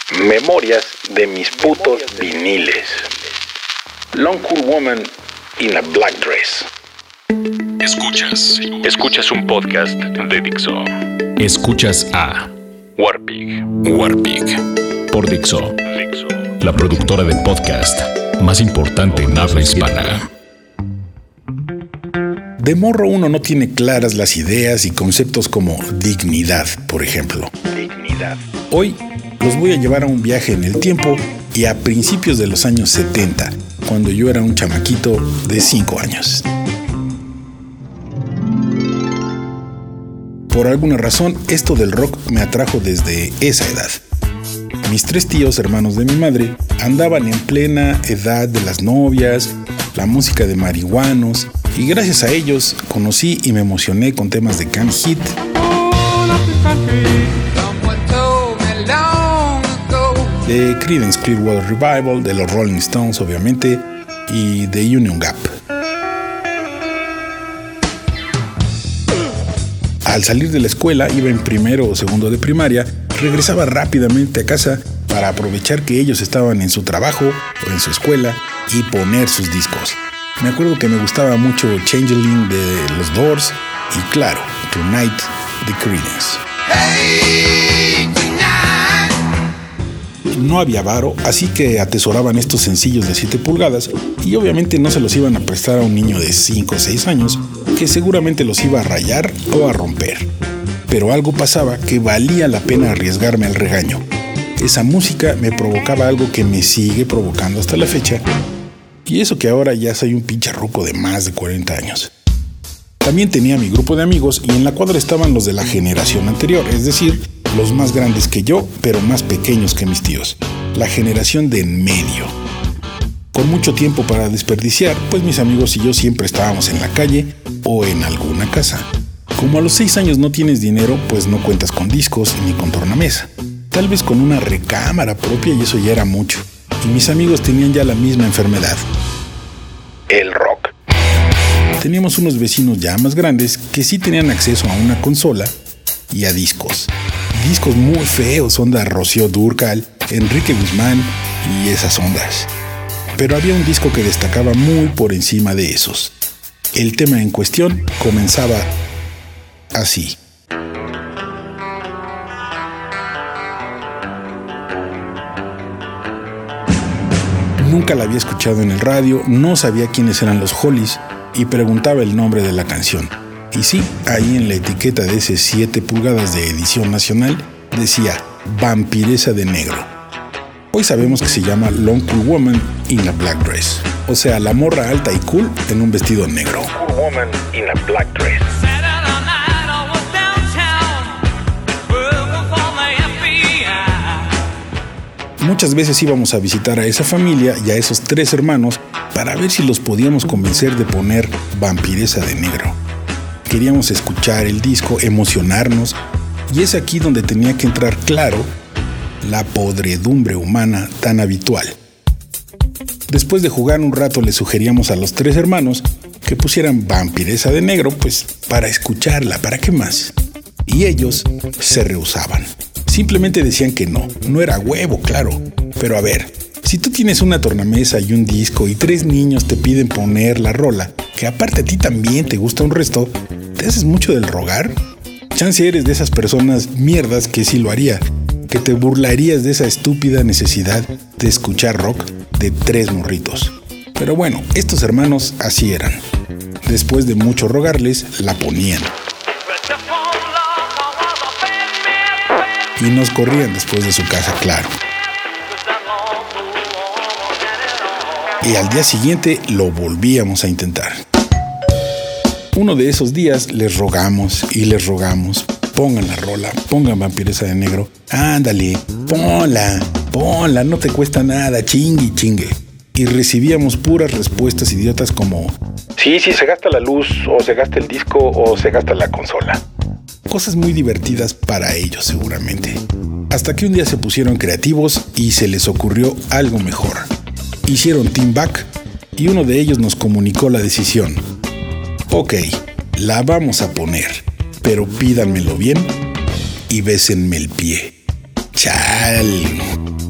Memorias de mis putos viniles. Long Cool Woman in a Black Dress. Escuchas un podcast de Dixo. Escuchas a Warpig por Dixo, la productora de podcast más importante en habla hispana. De morro uno no tiene claras las ideas y conceptos como dignidad, por ejemplo. Hoy los voy a llevar a un viaje en el tiempo y a principios de los años 70, cuando yo era un chamaquito de 5 años. Por alguna razón, esto del rock me atrajo desde esa edad. Mis 3 tíos, hermanos de mi madre, andaban en plena edad de las novias, la música de marihuanos, y gracias a ellos conocí y me emocioné con temas de Can Hit, de Creedence Clearwater Revival, de los Rolling Stones obviamente, y de Union Gap. Al salir de la escuela, iba en primero o segundo de primaria, regresaba rápidamente a casa para aprovechar que ellos estaban en su trabajo o en su escuela y poner sus discos. Me acuerdo que me gustaba mucho Changeling de los Doors y claro, Tonight de Creedence. No había varo, así que atesoraban estos sencillos de 7 pulgadas y obviamente no se los iban a prestar a un niño de 5 o 6 años que seguramente los iba a rayar o a romper. Pero algo pasaba que valía la pena arriesgarme al regaño. Esa música me provocaba algo que me sigue provocando hasta la fecha, y eso que ahora ya soy un pinche ruco de más de 40 años. También tenía mi grupo de amigos y en la cuadra estaban los de la generación anterior, es decir, los más grandes que yo, pero más pequeños que mis tíos. La generación de en medio. Con mucho tiempo para desperdiciar, pues mis amigos y yo siempre estábamos en la calle o en alguna casa. Como a los 6 años no tienes dinero, pues no cuentas con discos ni con tornamesa. Tal vez con una recámara propia y eso ya era mucho. Y mis amigos tenían ya la misma enfermedad: el rock. Teníamos unos vecinos ya más grandes que sí tenían acceso a una consola y a discos. Discos muy feos, onda Rocío Dúrcal, Enrique Guzmán y esas ondas. Pero había un disco que destacaba muy por encima de esos. El tema en cuestión comenzaba así. Nunca la había escuchado en el radio, no sabía quiénes eran los Hollies y preguntaba el nombre de la canción. Y sí, ahí en la etiqueta de ese 7 pulgadas de edición nacional decía Vampiresa de Negro. Hoy sabemos que se llama Long Cool Woman in a Black Dress, o sea, la morra alta y cool en un vestido negro. Long Cool Woman in a Black Dress. Muchas veces íbamos a visitar a esa familia y a esos 3 hermanos para ver si los podíamos convencer de poner Vampiresa de Negro. Queríamos escuchar el disco, emocionarnos, y es aquí donde tenía que entrar claro la podredumbre humana tan habitual. Después de jugar un rato le sugeríamos a los 3 hermanos que pusieran Vampiresa de Negro, pues para escucharla, ¿para qué más? Y ellos se rehusaban. Simplemente decían que no era huevo, claro. Pero a ver, si tú tienes una tornamesa y un disco y 3 niños te piden poner la rola, que aparte a ti también te gusta un resto, ¿te haces mucho del rogar? Chance eres de esas personas mierdas que sí lo haría, que te burlarías de esa estúpida necesidad de escuchar rock de 3 morritos. Pero bueno, estos hermanos así eran. Después de mucho rogarles, la ponían. Y nos corrían después de su casa, claro. Y al día siguiente lo volvíamos a intentar. Uno de esos días les rogamos y les rogamos: pongan la rola, pongan Vampiresa de Negro, ándale, ponla, no te cuesta nada, chingue. Y recibíamos puras respuestas idiotas como: sí, se gasta la luz, o se gasta el disco, o se gasta la consola. Cosas muy divertidas para ellos seguramente. Hasta que un día se pusieron creativos y se les ocurrió algo mejor. Hicieron team back y uno de ellos nos comunicó la decisión. Ok, la vamos a poner, pero pídanmelo bien y bésenme el pie. Chal.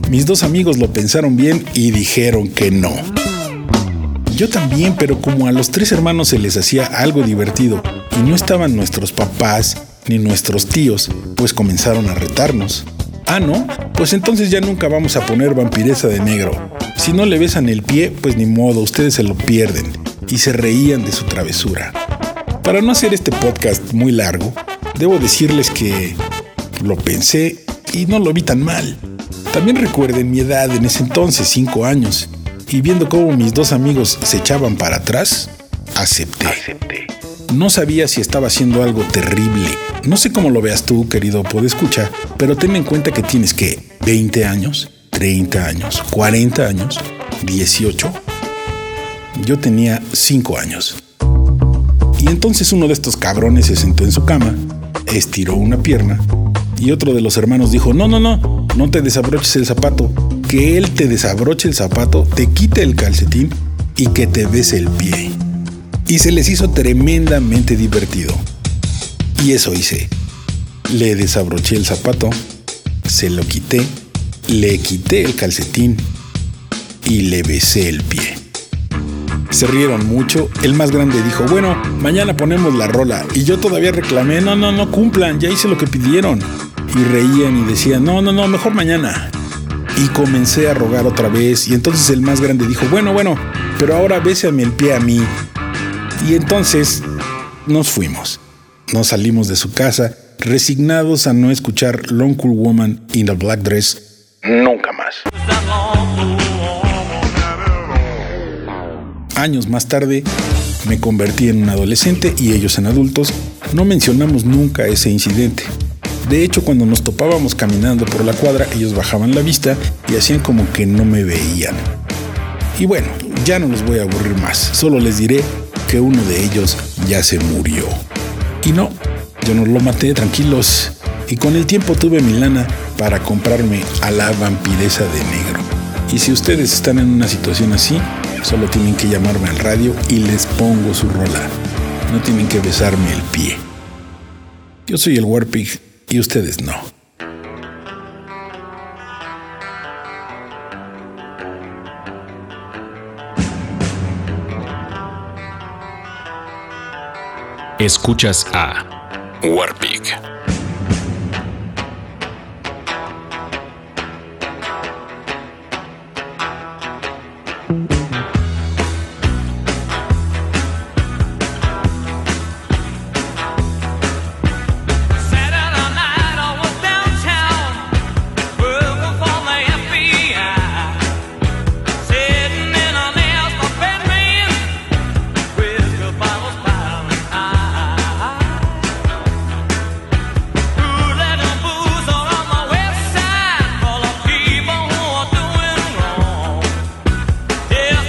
Mis dos amigos lo pensaron bien y dijeron que no. Yo también, pero como a los 3 hermanos se les hacía algo divertido y no estaban nuestros papás ni nuestros tíos, pues comenzaron a retarnos. Ah, ¿no? Pues entonces ya nunca vamos a poner Vampiresa de Negro. Si no le besan el pie, pues ni modo, ustedes se lo pierden. Y se reían de su travesura. Para no hacer este podcast muy largo, debo decirles que lo pensé y no lo vi tan mal. También recuerden mi edad en ese entonces, 5 años, y viendo cómo mis 2 amigos se echaban para atrás, acepté. No sabía si estaba haciendo algo terrible. No sé cómo lo veas tú, querido podescucha, pero ten en cuenta que tienes que 20 años, 30 años, 40 años, 18. Yo tenía 5 años. Y entonces uno de estos cabrones se sentó en su cama, estiró una pierna, y otro de los hermanos dijo, no te desabroches el zapato, que él te desabroche el zapato, te quite el calcetín y que te bese el pie. Y se les hizo tremendamente divertido. Y eso hice. Le desabroché el zapato, se lo quité, le quité el calcetín y le besé el pie. Se rieron mucho. El más grande dijo, bueno, mañana ponemos la rola. Y yo todavía reclamé, no cumplan, ya hice lo que pidieron. Y reían y decían, no, mejor mañana. Y comencé a rogar otra vez. Y entonces el más grande dijo, bueno, pero ahora bésame el pie a mí. Y entonces nos fuimos. Nos salimos de su casa, resignados a no escuchar Long Cool Woman in a Black Dress nunca más. Años más tarde, me convertí en un adolescente y ellos en adultos. No mencionamos nunca ese incidente. De hecho, cuando nos topábamos caminando por la cuadra, ellos bajaban la vista y hacían como que no me veían. Y bueno, ya no los voy a aburrir más. Solo les diré que uno de ellos ya se murió. Y no, yo no lo maté, tranquilos. Y con el tiempo tuve mi lana para comprarme a la Vampiresa de Negro. Y si ustedes están en una situación así, solo tienen que llamarme al radio y les pongo su rola. No tienen que besarme el pie. Yo soy el Warpig y ustedes no. Escuchas a Warpig. Yeah.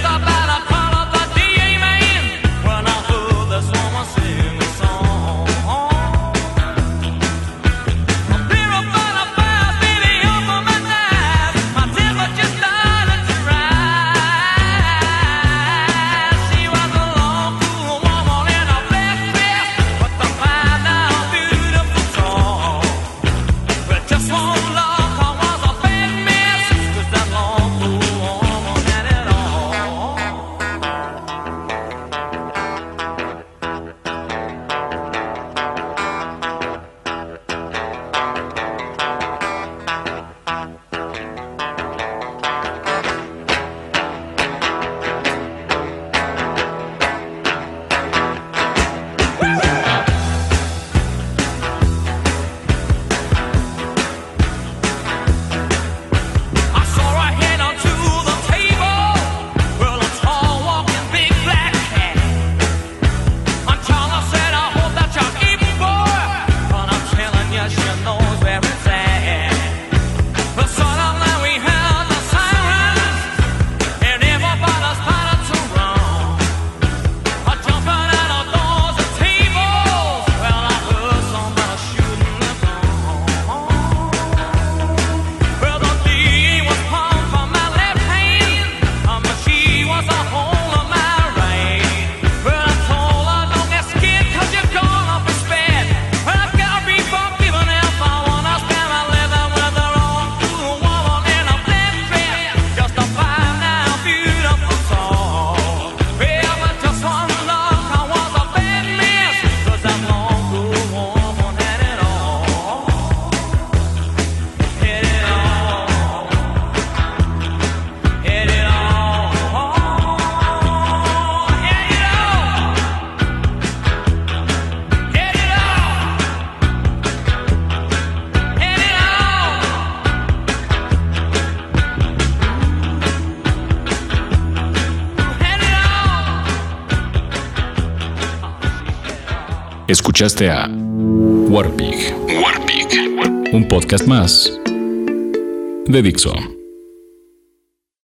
Escuchaste a Warpig, un podcast más de Dixo.